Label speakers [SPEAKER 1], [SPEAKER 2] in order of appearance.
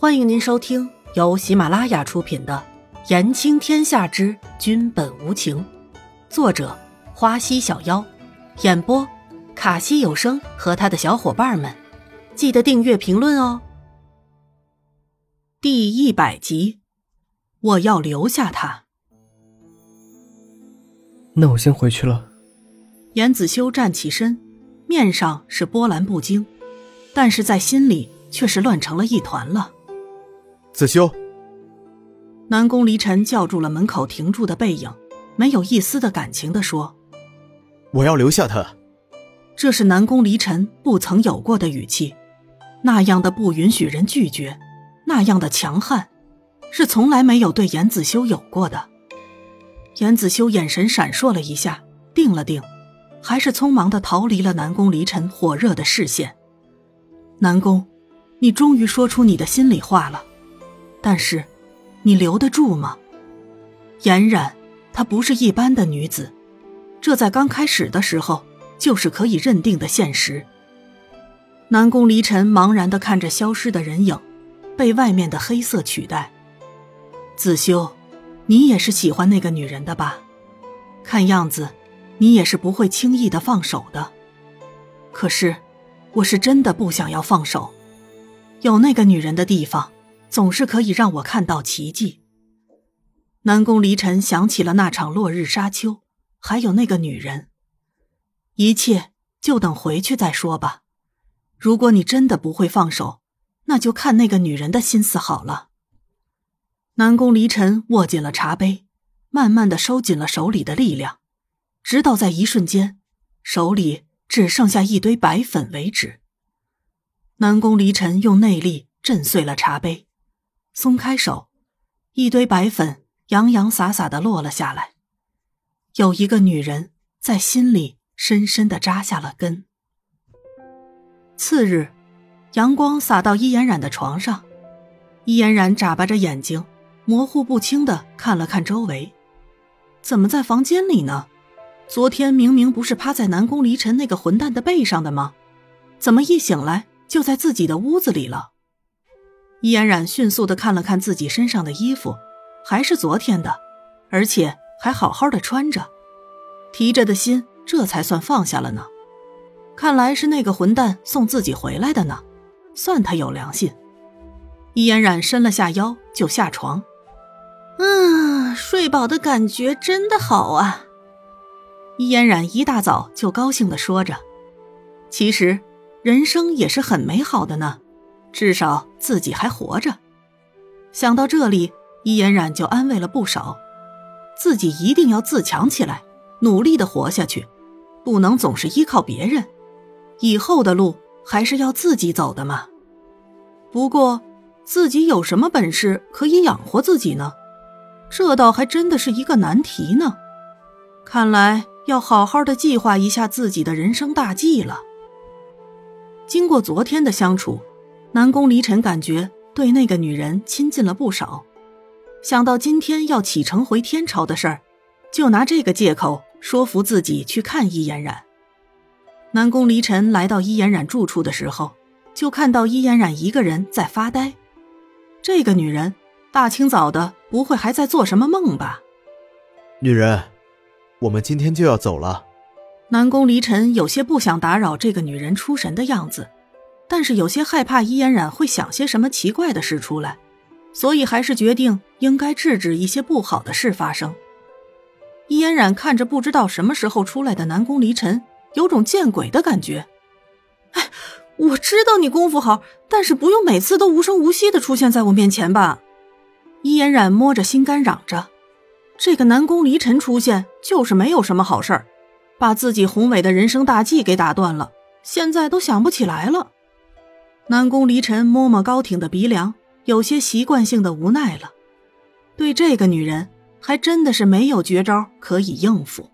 [SPEAKER 1] 欢迎您收听由喜马拉雅出品的《言情天下之君本无情》，作者花溪小妖，演播卡西有声和他的小伙伴们。记得订阅评论哦。第100集，我要留下他。
[SPEAKER 2] 那我先回去了。
[SPEAKER 1] 严子修站起身，面上是波澜不惊，但是在心里却是乱成了一团了。
[SPEAKER 3] 子修！
[SPEAKER 1] 南宫离尘叫住了门口停住的背影，没有一丝的感情地说：
[SPEAKER 3] 我要留下他。
[SPEAKER 1] 这是南宫离尘不曾有过的语气，那样的不允许人拒绝，那样的强悍，是从来没有对严子修有过的。严子修眼神闪烁了一下，定了定，还是匆忙地逃离了南宫离尘火热的视线。南宫，你终于说出你的心里话了，但是你留得住吗？嫣然她不是一般的女子，这在刚开始的时候就是可以认定的现实。南宫离尘茫然地看着消失的人影，被外面的黑色取代。子修，你也是喜欢那个女人的吧？看样子你也是不会轻易地放手的。可是我是真的不想要放手，有那个女人的地方总是可以让我看到奇迹。南宫离尘想起了那场落日沙丘，还有那个女人，一切就等回去再说吧。如果你真的不会放手，那就看那个女人的心思好了。南宫离尘握紧了茶杯，慢慢地收紧了手里的力量，直到在一瞬间，手里只剩下一堆白粉为止。南宫离尘用内力震碎了茶杯，松开手，一堆白粉洋洋洒洒地落了下来。有一个女人在心里深深地扎下了根。次日，阳光洒到伊嫣然的床上，伊嫣然眨巴着眼睛，模糊不清地看了看周围。怎么在房间里呢？昨天明明不是趴在南宫离尘那个混蛋的背上的吗？怎么一醒来就在自己的屋子里了？伊嫣然迅速地看了看自己身上的衣服，还是昨天的，而且还好好的穿着，提着的心这才算放下了呢。看来是那个混蛋送自己回来的呢，算他有良心。伊嫣然伸了下腰就下床。睡饱的感觉真的好啊。伊嫣然一大早就高兴地说着，其实人生也是很美好的呢，至少自己还活着。想到这里，伊嫣然就安慰了不少，自己一定要自强起来，努力地活下去，不能总是依靠别人，以后的路还是要自己走的嘛。不过自己有什么本事可以养活自己呢？这倒还真的是一个难题呢。看来要好好的计划一下自己的人生大计了。经过昨天的相处，南宫离尘感觉对那个女人亲近了不少，想到今天要启程回天朝的事儿，就拿这个借口说服自己去看伊嫣然。南宫离尘来到伊嫣然住处的时候，就看到伊嫣然一个人在发呆。这个女人大清早的不会还在做什么梦吧？
[SPEAKER 3] 女人，我们今天就要走了。
[SPEAKER 1] 南宫离尘有些不想打扰这个女人出神的样子，但是有些害怕伊嫣然会想些什么奇怪的事出来，所以还是决定应该制止一些不好的事发生。伊嫣然看着不知道什么时候出来的南宫离尘，有种见鬼的感觉。我知道你功夫好，但是不用每次都无声无息地出现在我面前吧。伊嫣然摸着心肝嚷着，这个南宫离尘出现就是没有什么好事儿，把自己宏伟的人生大计给打断了，现在都想不起来了。南宫离尘摸摸高挺的鼻梁，有些习惯性的无奈了。对这个女人还真的是没有绝招可以应付。